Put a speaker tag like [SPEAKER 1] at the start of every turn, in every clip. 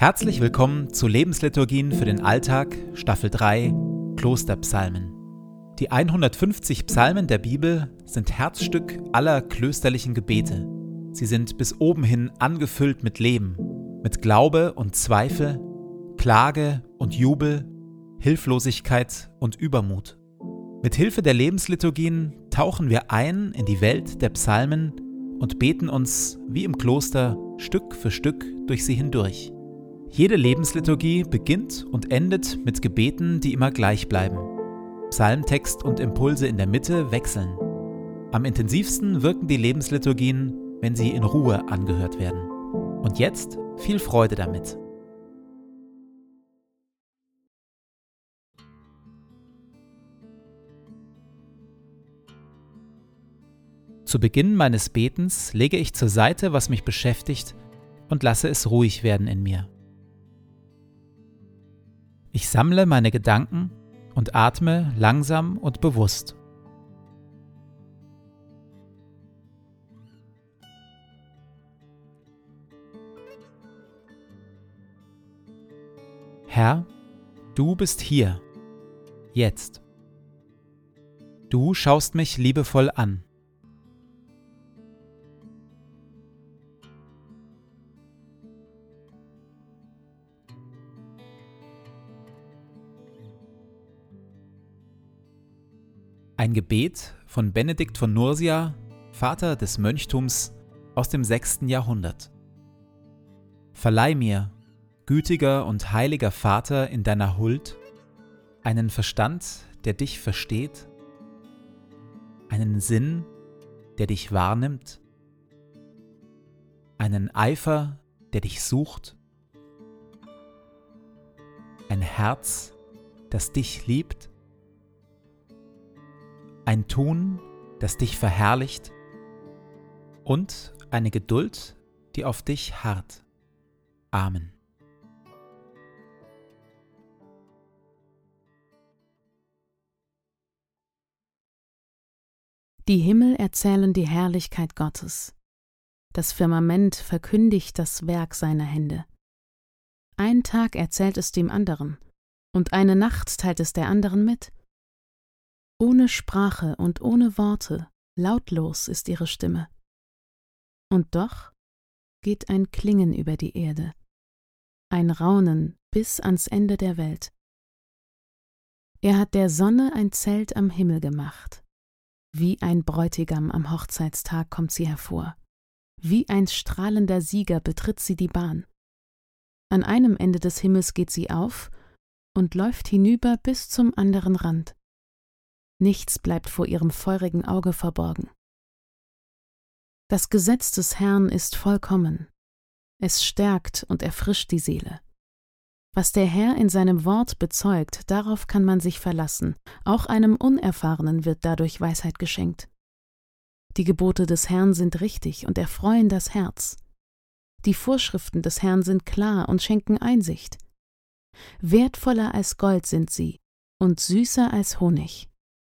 [SPEAKER 1] Herzlich willkommen zu Lebensliturgien für den Alltag, Staffel 3, Klosterpsalmen. Die 150 Psalmen der Bibel sind Herzstück aller klösterlichen Gebete. Sie sind bis oben hin angefüllt mit Leben, mit Glaube und Zweifel, Klage und Jubel, Hilflosigkeit und Übermut. Mit Hilfe der Lebensliturgien tauchen wir ein in die Welt der Psalmen und beten uns wie im Kloster Stück für Stück durch sie hindurch. Jede Lebensliturgie beginnt und endet mit Gebeten, die immer gleich bleiben. Psalmtext und Impulse in der Mitte wechseln. Am intensivsten wirken die Lebensliturgien, wenn sie in Ruhe angehört werden. Und jetzt viel Freude damit. Zu Beginn meines Betens lege ich zur Seite, was mich beschäftigt, und lasse es ruhig werden in mir. Ich sammle meine Gedanken und atme langsam und bewusst. Herr, du bist hier, jetzt. Du schaust mich liebevoll an. Ein Gebet von Benedikt von Nursia, Vater des Mönchtums aus dem 6. Jahrhundert. Verleih mir, gütiger und heiliger Vater in deiner Huld, einen Verstand, der dich versteht, einen Sinn, der dich wahrnimmt, einen Eifer, der dich sucht, ein Herz, das dich liebt, ein Tun, das dich verherrlicht und eine Geduld, die auf dich harrt. Amen.
[SPEAKER 2] Die Himmel erzählen die Herrlichkeit Gottes. Das Firmament verkündigt das Werk seiner Hände. Ein Tag erzählt es dem anderen, und eine Nacht teilt es der anderen mit. Ohne Sprache und ohne Worte, lautlos ist ihre Stimme. Und doch geht ein Klingen über die Erde, ein Raunen bis ans Ende der Welt. Er hat der Sonne ein Zelt am Himmel gemacht. Wie ein Bräutigam am Hochzeitstag kommt sie hervor. Wie ein strahlender Sieger betritt sie die Bahn. An einem Ende des Himmels geht sie auf und läuft hinüber bis zum anderen Rand. Nichts bleibt vor ihrem feurigen Auge verborgen. Das Gesetz des Herrn ist vollkommen. Es stärkt und erfrischt die Seele. Was der Herr in seinem Wort bezeugt, darauf kann man sich verlassen. Auch einem Unerfahrenen wird dadurch Weisheit geschenkt. Die Gebote des Herrn sind richtig und erfreuen das Herz. Die Vorschriften des Herrn sind klar und schenken Einsicht. Wertvoller als Gold sind sie und süßer als Honig.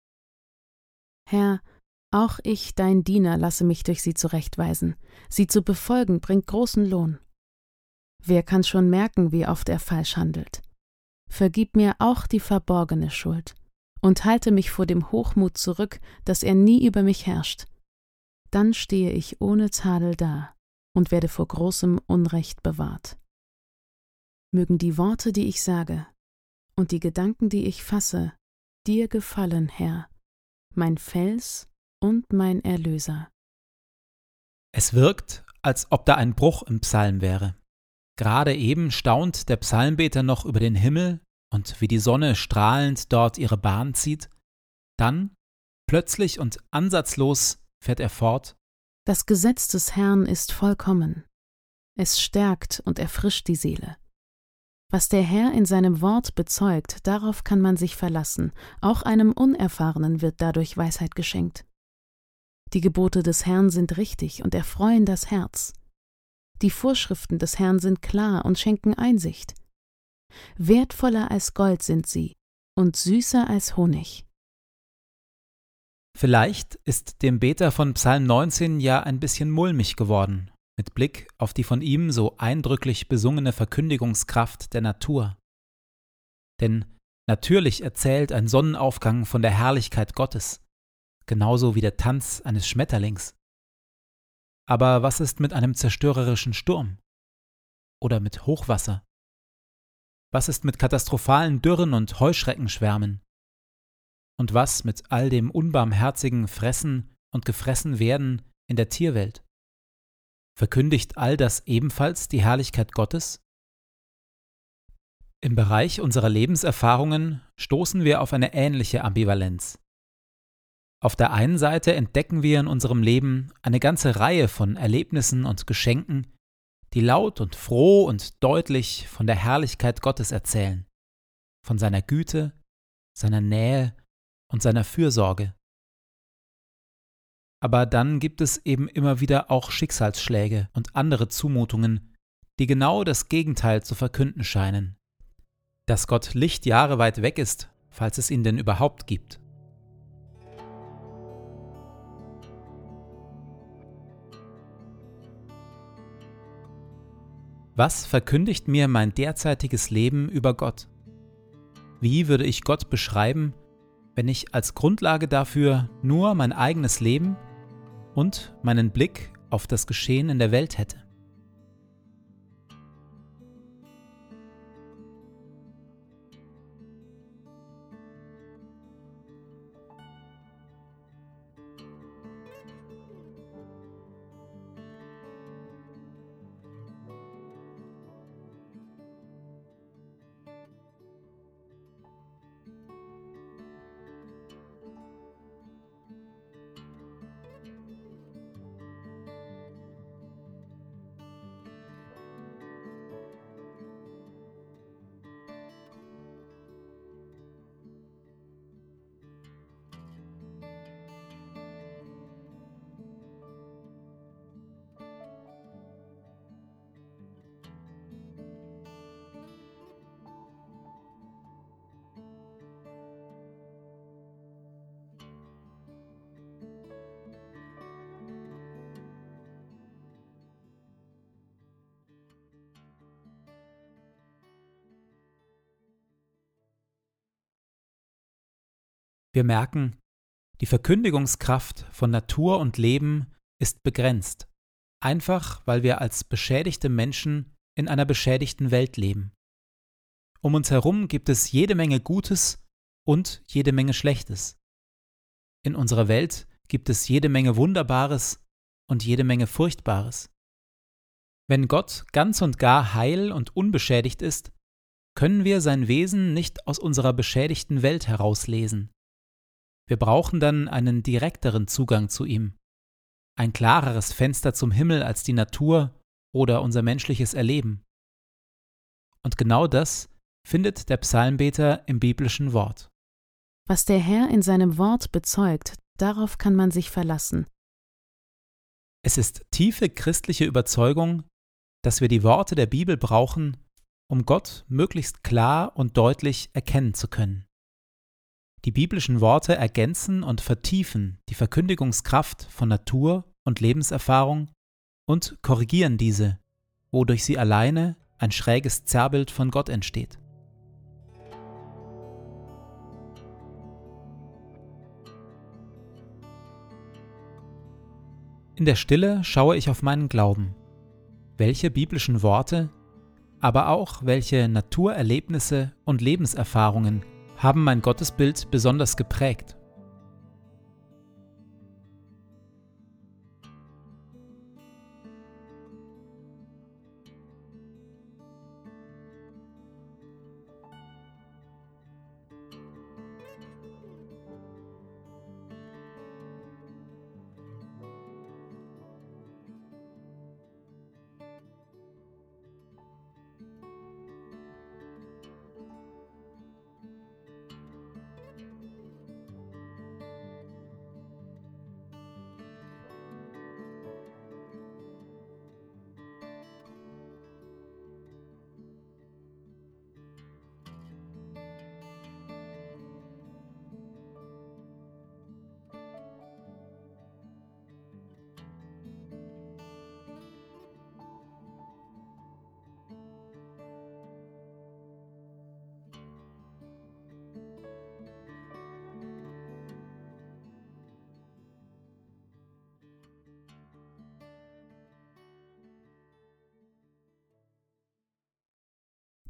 [SPEAKER 2] Herr, auch ich, dein Diener, lasse mich durch sie zurechtweisen. Sie zu befolgen bringt großen Lohn. Wer kann schon merken, wie oft er falsch handelt? Vergib mir auch die verborgene Schuld und halte mich vor dem Hochmut zurück, dass er nie über mich herrscht. Dann stehe ich ohne Tadel da und werde vor großem Unrecht bewahrt. Mögen die Worte, die ich sage, und die Gedanken, die ich fasse, dir gefallen, Herr, mein Fels und mein Erlöser.
[SPEAKER 1] Es wirkt, als ob da ein Bruch im Psalm wäre. Gerade eben staunt der Psalmbeter noch über den Himmel und wie die Sonne strahlend dort ihre Bahn zieht. Dann, plötzlich und ansatzlos, fährt er fort:
[SPEAKER 2] Das Gesetz des Herrn ist vollkommen. Es stärkt und erfrischt die Seele. Was der Herr in seinem Wort bezeugt, darauf kann man sich verlassen. Auch einem Unerfahrenen wird dadurch Weisheit geschenkt. Die Gebote des Herrn sind richtig und erfreuen das Herz. Die Vorschriften des Herrn sind klar und schenken Einsicht. Wertvoller als Gold sind sie und süßer als Honig.
[SPEAKER 1] Vielleicht ist dem Beter von Psalm 19 ja ein bisschen mulmig geworden. mit Blick auf die von ihm so eindrücklich besungene Verkündigungskraft der Natur. Denn natürlich erzählt ein Sonnenaufgang von der Herrlichkeit Gottes, genauso wie der Tanz eines Schmetterlings. Aber was ist mit einem zerstörerischen Sturm? Oder mit Hochwasser? Was ist mit katastrophalen Dürren und Heuschreckenschwärmen? Und was mit all dem unbarmherzigen Fressen und Gefressenwerden in der Tierwelt? Verkündigt all das ebenfalls die Herrlichkeit Gottes? Im Bereich unserer Lebenserfahrungen stoßen wir auf eine ähnliche Ambivalenz. Auf der einen Seite entdecken wir in unserem Leben eine ganze Reihe von Erlebnissen und Geschenken, die laut und froh und deutlich von der Herrlichkeit Gottes erzählen, von seiner Güte, seiner Nähe und seiner Fürsorge. Aber dann gibt es eben immer wieder auch Schicksalsschläge und andere Zumutungen, die genau das Gegenteil zu verkünden scheinen. Dass Gott Lichtjahre weit weg ist, falls es ihn denn überhaupt gibt. Was verkündigt mir mein derzeitiges Leben über Gott? Wie würde ich Gott beschreiben, wenn ich als Grundlage dafür nur mein eigenes Leben und meinen Blick auf das Geschehen in der Welt hätte? Wir merken, die Verkündigungskraft von Natur und Leben ist begrenzt, einfach weil wir als beschädigte Menschen in einer beschädigten Welt leben. Um uns herum gibt es jede Menge Gutes und jede Menge Schlechtes. In unserer Welt gibt es jede Menge Wunderbares und jede Menge Furchtbares. Wenn Gott ganz und gar heil und unbeschädigt ist, können wir sein Wesen nicht aus unserer beschädigten Welt herauslesen. Wir brauchen dann einen direkteren Zugang zu ihm, ein klareres Fenster zum Himmel als die Natur oder unser menschliches Erleben. Und genau das findet der Psalmbeter im biblischen Wort.
[SPEAKER 2] Was der Herr in seinem Wort bezeugt, darauf kann man sich verlassen.
[SPEAKER 1] Es ist tiefe christliche Überzeugung, dass wir die Worte der Bibel brauchen, um Gott möglichst klar und deutlich erkennen zu können. Die biblischen Worte ergänzen und vertiefen die Verkündigungskraft von Natur und Lebenserfahrung und korrigieren diese, wodurch sie alleine ein schräges Zerrbild von Gott entsteht. In der Stille schaue ich auf meinen Glauben. Welche biblischen Worte, aber auch welche Naturerlebnisse und Lebenserfahrungen haben mein Gottesbild besonders geprägt?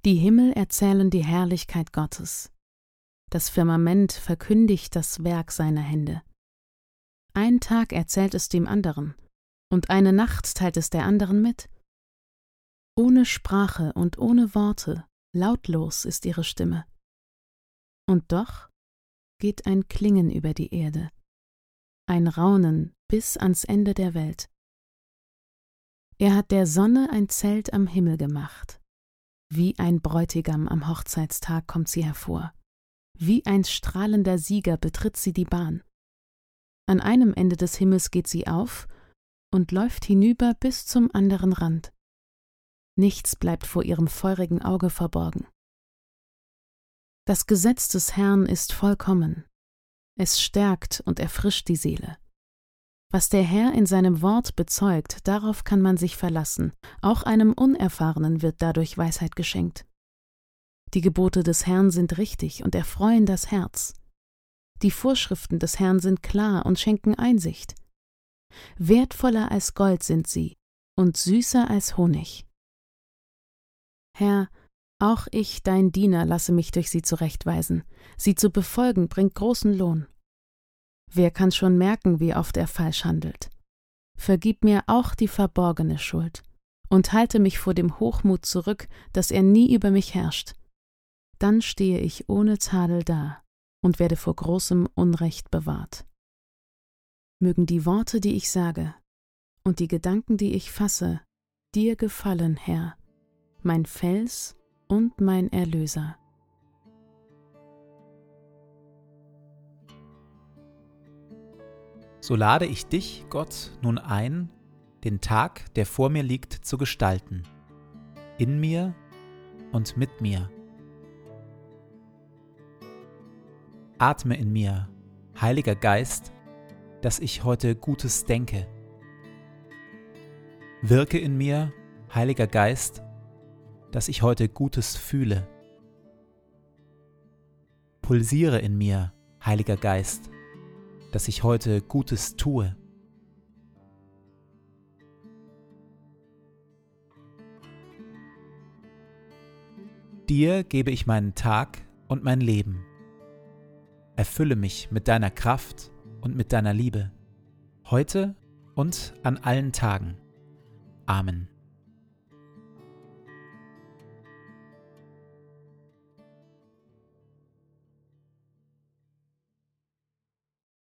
[SPEAKER 2] Die Himmel erzählen die Herrlichkeit Gottes. Das Firmament verkündigt das Werk seiner Hände. Ein Tag erzählt es dem anderen, und eine Nacht teilt es der anderen mit. Ohne Sprache und ohne Worte, lautlos ist ihre Stimme. Und doch geht ein Klingen über die Erde, ein Raunen bis ans Ende der Welt. Er hat der Sonne ein Zelt am Himmel gemacht. Wie ein Bräutigam am Hochzeitstag kommt sie hervor. Wie ein strahlender Sieger betritt sie die Bahn. An einem Ende des Himmels geht sie auf und läuft hinüber bis zum anderen Rand. Nichts bleibt vor ihrem feurigen Auge verborgen. Das Gesetz des Herrn ist vollkommen. Es stärkt und erfrischt die Seele. Was der Herr in seinem Wort bezeugt, darauf kann man sich verlassen. Auch einem Unerfahrenen wird dadurch Weisheit geschenkt. Die Gebote des Herrn sind richtig und erfreuen das Herz. Die Vorschriften des Herrn sind klar und schenken Einsicht. Wertvoller als Gold sind sie und süßer als Honig. Herr, auch ich, dein Diener, lasse mich durch sie zurechtweisen. Sie zu befolgen bringt großen Lohn. Wer kann schon merken, wie oft er falsch handelt? Vergib mir auch die verborgene Schuld und halte mich vor dem Hochmut zurück, dass er nie über mich herrscht. Dann stehe ich ohne Tadel da und werde vor großem Unrecht bewahrt. Mögen die Worte, die ich sage, und die Gedanken, die ich fasse, dir gefallen, Herr, mein Fels und mein Erlöser.
[SPEAKER 1] So lade ich dich, Gott, nun ein, den Tag, der vor mir liegt, zu gestalten, in mir und mit mir. Atme in mir, Heiliger Geist, dass ich heute Gutes denke. Wirke in mir, Heiliger Geist, dass ich heute Gutes fühle. Pulsiere in mir, Heiliger Geist, dass ich heute Gutes tue. Dir gebe ich meinen Tag und mein Leben. Erfülle mich mit deiner Kraft und mit deiner Liebe, heute und an allen Tagen. Amen.